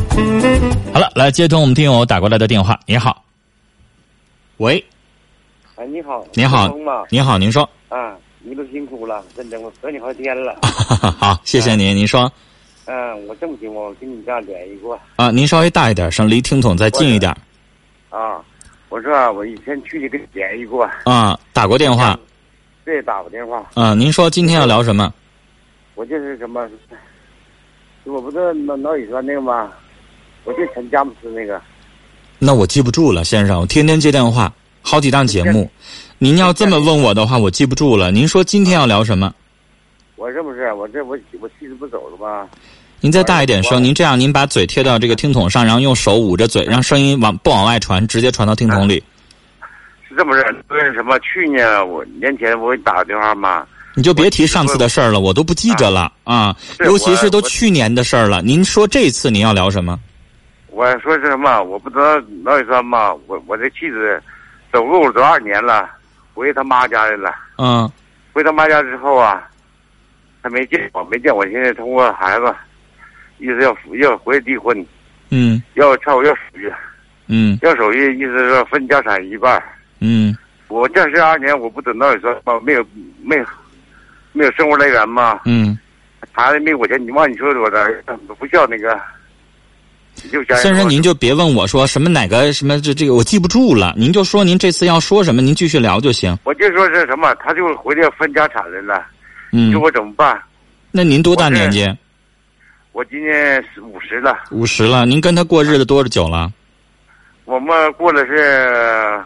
好了，来接通我们听友打过来的电话。你好，喂， 哎，你好， 你好，你好，您说。 啊，你都辛苦了，真的，我等你好几天了。 好，谢谢您，您说。 我这么听，我跟你家联系过。 啊，您稍微大一点声，离听筒再近一点。 啊，我说我以前去你跟你联系过。 啊，打过电话。 对，打过电话。 啊，您说今天要聊什么？ 我就是什么，我不是脑血栓那个吗？我就陈佳木斯那个。 那我记不住了，先生，我天天接电话，好几档节目。您要这么问我的话，我记不住了。您说今天要聊什么？ 我这不是，我妻子不走了吗？ 您再大一点声，您这样，您把嘴贴到这个听筒上，然后用手捂着嘴，让声音不往外传，直接传到听筒里。 是这么事，为什么？去年年前我给你打个电话嘛。 你就别提上次的事儿了，我都不记着了啊！尤其是都去年的事儿了。您说这次您要聊什么？ 我说是什么？我不知道脑血栓嘛。我这妻子走路走2年了，回他妈家来了。 嗯。 回他妈家之后啊，他没见我。现在通过孩子，意思要回离婚。 嗯。 要手续。 嗯。 要手续，意思是说分家产一半。 嗯。 我这12年我不得脑血栓嘛，没有生活来源嘛。 嗯。 孩子没我钱，你忘你说我的不孝那个。 先生，您就别问我说什么哪个什么这个我记不住了，您就说您这次要说什么，您继续聊就行。 我就说是什么，他就回来分家产来了。 嗯。 就我怎么办？ 那您多大年纪？ 我今年50了。 50了，您跟他过日子多久了？ 我们过的是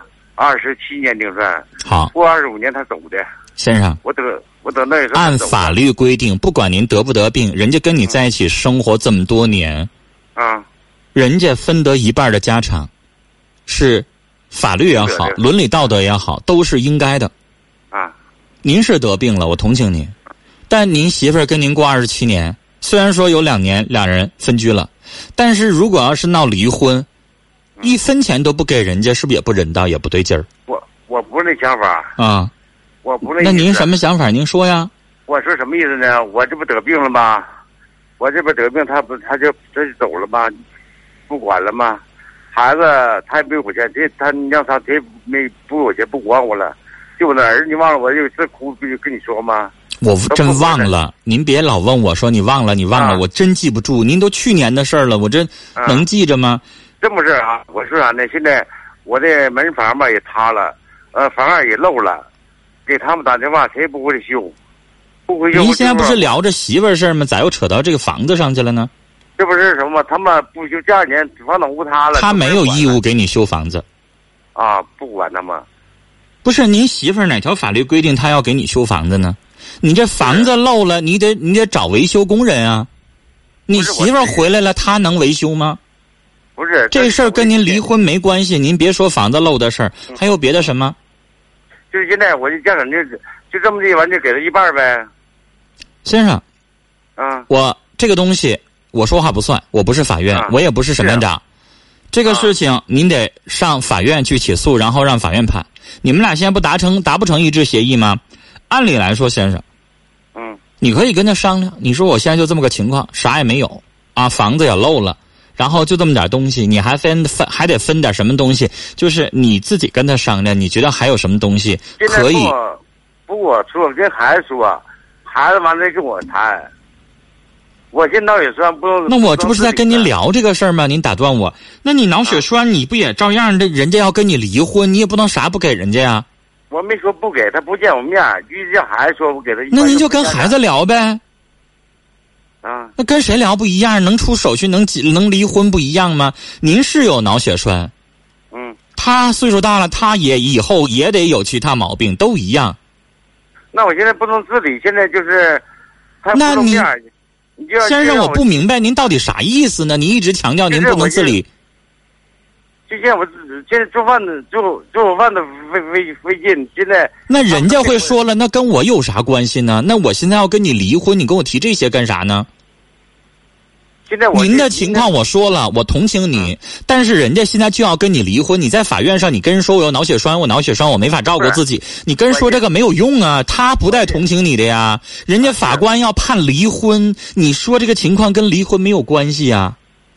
27年定算。 好。 过25年他走的。 先生， 我等那时候按法律规定，不管您得不得病，人家跟你在一起生活这么多年，人家分得一半的家产，是法律也好，伦理道德也好，都是应该的。您是得病了，我同情您，但您媳妇儿跟您过27年，虽然说有2年两人分居了，但是如果要是闹离婚，1分钱都不给人家，是不是也不人道，也不对劲儿？ 我不是那想法啊。 我不是那您什么想法？您说呀。 我说什么意思呢？我这不得病了吗？我这边得病，他就走了吗？不管了吗？孩子他也没有我钱，他让他没不有钱不管我了，就我那儿子，你忘了我有一次哭不就跟你说吗？ 我真忘了，您别老问我说你忘了，我真记不住。您都去年的事儿了，我这能记着吗？ 这么事啊，我说啥呢？现在我的门房吧也塌了，房盖也漏了。给他们打电话，谁也不会修，不会修。 您现在不是聊着媳妇儿事儿吗？咋又扯到这个房子上去了呢？ 这不是什么？他们不修，第2年房东屋塌了。 他没有义务给你修房子。 啊，不管他们。 不是您媳妇儿哪条法律规定他要给你修房子呢？你这房子漏了，你得找维修工人啊。你媳妇儿回来了，他能维修吗？ 不是， 这事儿跟您离婚没关系。您别说房子漏的事儿，还有别的什么？ 就是现在我的家长就这么地完就给他一半呗。 先生，我这个东西我说话不算，我不是法院，我也不是审判长。这个事情您得上法院去起诉，然后让法院判。你们俩现在不达不成一致协议吗？按理来说，先生，你可以跟他商量。你说我现在就这么个情况，啥也没有啊，房子也漏了。然后就这么点东西，你还得分点什么东西？就是你自己跟他商量，你觉得还有什么东西可以？ 不我说，跟孩子说，孩子完了跟我谈。我现在脑血栓不用。 那我这不是在跟您聊这个事儿吗？您打断我，那你脑血栓，你不也照样的？人家要跟你离婚，你也不能啥不给人家呀。 我没说不给他，不见我面，一直叫孩子说不给他。 那您就跟孩子聊呗。那跟谁聊不一样？能出手续能离婚不一样吗？您是有脑血栓，他岁数大了，他也以后也得有其他毛病，都一样。 那我现在不能自理，现在就是他不能面。 先生，我不明白您到底啥意思呢？您一直强调您不能自理。 就像我现在做饭的费劲，现在那人家会说了，那跟我有啥关系呢？那我现在要跟你离婚，你跟我提这些干啥呢？ 现在您的情况我说了，我同情你，但是人家现在就要跟你离婚，你在法院上你跟人说我有脑血栓，我没法照顾自己，你跟人说这个没有用啊，他不带同情你的呀。人家法官要判离婚，你说这个情况跟离婚没有关系啊。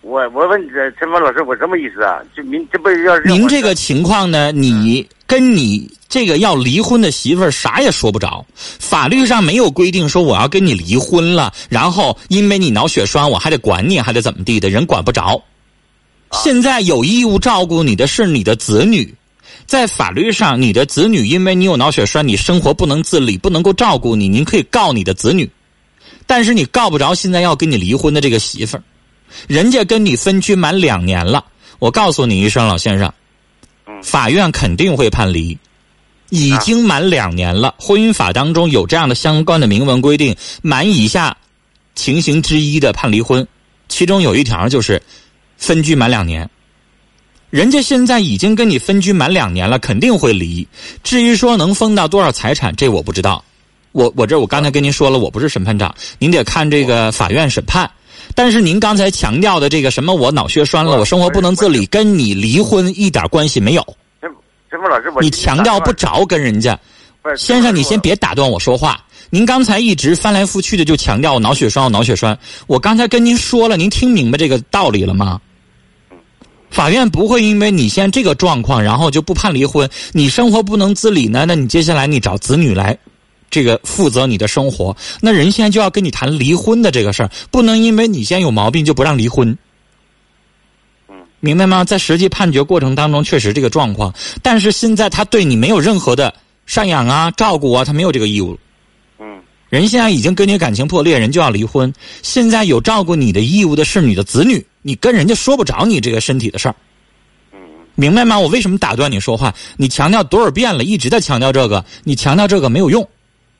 我问陈芳老师，我什么意思啊？就您这不要您这个情况呢？你跟你这个要离婚的媳妇儿啥也说不着，法律上没有规定说我要跟你离婚了，然后因为你脑血栓我还得管你，还得怎么地的，人管不着。现在有义务照顾你的是你的子女，在法律上你的子女因为你有脑血栓，你生活不能自理，不能够照顾你，您可以告你的子女，但是你告不着现在要跟你离婚的这个媳妇儿。人家跟你分居满2年了，我告诉你一声，老先生，法院肯定会判离。已经满2年了，婚姻法当中有这样的相关的明文规定，满以下情形之一的判离婚，其中有一条就是分居满2年。人家现在已经跟你分居满2年了，肯定会离。至于说能分到多少财产，这我不知道。我刚才跟您说了，我不是审判长，您得看这个法院审判。但是您刚才强调的这个什么我脑血栓了，我生活不能自理，跟你离婚一点关系没有。 陈芳老师， 你强调不着跟人家。先生，你先别打断我说话。您刚才一直翻来覆去的就强调我脑血栓，我脑血栓。我刚才跟您说了，您听明白这个道理了吗？法院不会因为你现在这个状况，然后就不判离婚。你生活不能自理呢，那你接下来你找子女来这个负责你的生活，那人现在就要跟你谈离婚的这个事儿，不能因为你现在有毛病就不让离婚。明白吗？在实际判决过程当中确实这个状况，但是现在他对你没有任何的赡养啊、照顾啊，他没有这个义务。人现在已经跟你感情破裂，人就要离婚。现在有照顾你的义务的是你的子女，你跟人家说不着你这个身体的事儿。明白吗？我为什么打断你说话？你强调多少遍了，一直在强调这个，你强调这个没有用。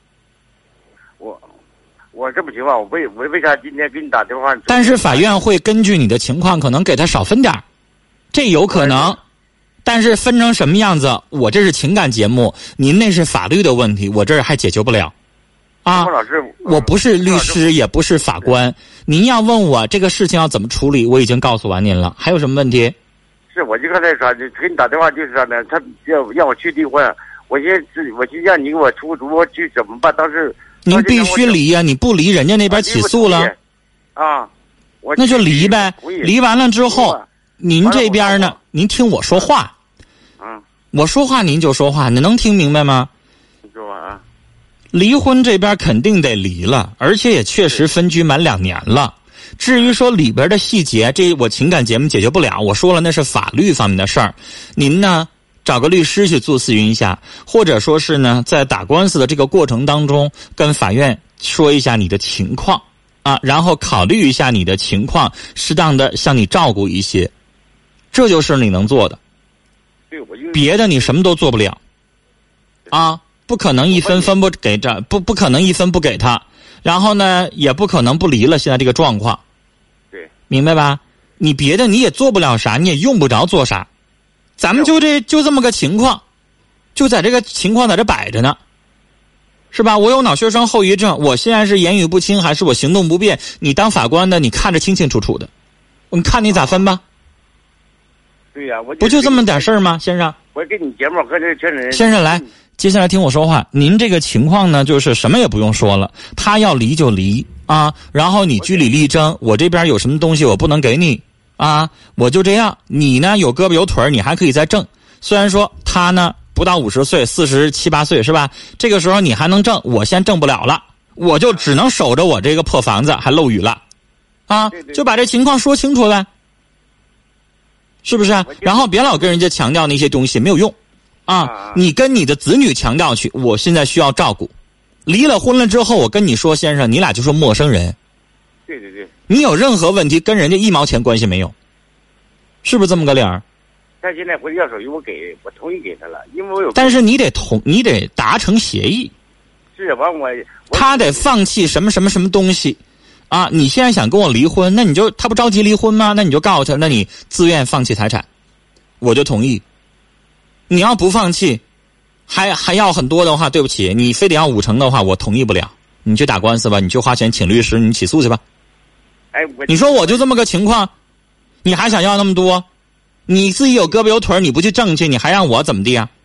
我这么情况，我为啥今天给你打电话？ 但是法院会根据你的情况，可能给他少分点儿，这有可能。但是分成什么样子，我这是情感节目，您那是法律的问题，我这儿还解决不了。啊，我不是律师，也不是法官。您要问我这个事情要怎么处理，我已经告诉完您了。还有什么问题？ 是，我就刚才说，给你打电话就是啥呢？他要我去离婚，我就让你给我出主，我去怎么办？当时您必须离呀，你不离，人家那边起诉了。 啊， 那就离呗。离完了之后，您这边呢？您听我说话。我说话您就说话，你能听明白吗？ 你说啊。 离婚这边肯定得离了，而且也确实分居满2年了。至于说里边的细节，这我情感节目解决不了。我说了，那是法律方面的事儿。您呢，找个律师去做咨询一下，或者说是呢，在打官司的这个过程当中，跟法院说一下你的情况啊，然后考虑一下你的情况，适当的向你照顾一些，这就是你能做的。别的你什么都做不了啊。不可能一分不给这，不可能一分不给他，然后呢，也不可能不离了。现在这个状况， 对， 明白吧？你别的你也做不了啥，你也用不着做啥，咱们就这么个情况，就在这个情况在这摆着呢，是吧？我有脑血栓后遗症，我现在是言语不清还是我行动不便？你当法官的，你看着清清楚楚的，你看你咋分吧？ 对呀， 不就这么点事儿吗，先生？ 我给你节目和这全人。 先生来。接下来听我说话，您这个情况呢，就是什么也不用说了，他要离就离啊，然后你据理力争，我这边有什么东西我不能给你啊，我就这样，你呢有胳膊有腿，你还可以再挣。虽然说他呢不到50岁，47、8岁是吧？这个时候你还能挣，我先挣不了了，我就只能守着我这个破房子，还漏雨了啊，就把这情况说清楚呗，是不是啊？然后别老跟人家强调那些东西，没有用。你跟你的子女强调去，我现在需要照顾。离了婚了之后，我跟你说，先生，你俩就是陌生人。 对对对。 你有任何问题，跟人家1毛钱关系没有，是不是这么个理儿？ 他现在回要手续，我同意给他了，因为我有。 但是你得达成协议。 是完我。 他得放弃什么什么什么东西，啊！你现在想跟我离婚，那他不着急离婚吗？那你就告诉他，那你自愿放弃财产，我就同意。你要不放弃，还要很多的话，对不起，你非得要5成的话，我同意不了。你去打官司吧，你去花钱请律师，你起诉去吧。你说我就这么个情况，你还想要那么多？你自己有胳膊有腿，你不去挣去，你还让我怎么地啊？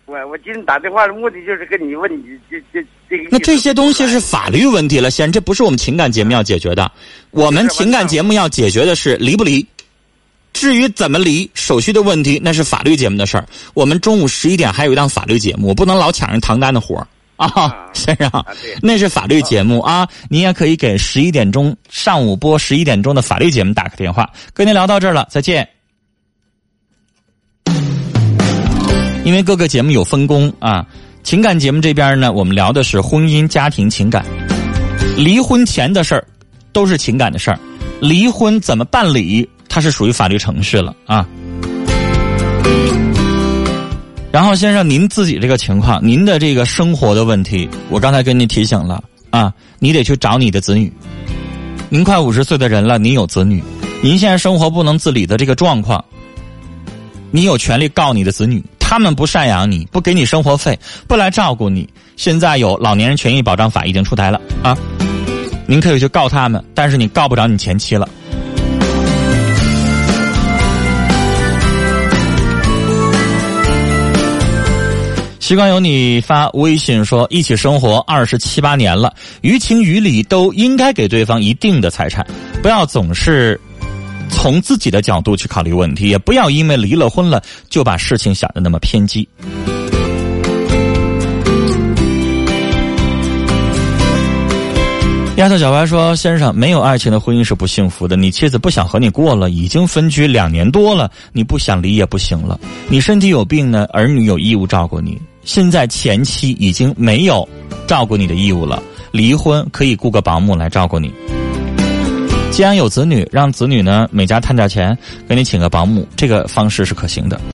我今天打电话的目的就是跟你问你这个。 那这些东西是法律问题了，先生，这不是我们情感节目要解决的。我们情感节目要解决的是离不离。至于怎么离，手续的问题那是法律节目的事儿。我们中午11点还有一档法律节目，我不能老抢人唐丹的活啊，先生，那是法律节目啊。您也可以给11点钟上午播11点钟的法律节目打个电话。跟您聊到这儿了，再见。因为各个节目有分工啊，情感节目这边呢，我们聊的是婚姻家庭情感，离婚前的事儿都是情感的事儿，离婚怎么办理，它是属于法律程序了啊。然后先生，您自己这个情况，您的这个生活的问题，我刚才跟您提醒了啊，你得去找你的子女。您快50岁的人了，您有子女，您现在生活不能自理的这个状况，你有权利告你的子女。他们不赡养你，不给你生活费，不来照顾你。现在有老年人权益保障法已经出台了啊，您可以去告他们，但是你告不着你前妻了。习惯有你发微信说，一起生活27、8年了，于情于理都应该给对方一定的财产，不要总是从自己的角度去考虑问题，也不要因为离了婚了就把事情想得那么偏激。丫头小白说，先生，没有爱情的婚姻是不幸福的，你妻子不想和你过了，已经分居2年多了，你不想离也不行了，你身体有病呢，儿女有义务照顾你，现在前妻已经没有照顾你的义务了，离婚可以雇个保姆来照顾你。既然有子女，让子女呢每家摊点钱，给你请个保姆，这个方式是可行的。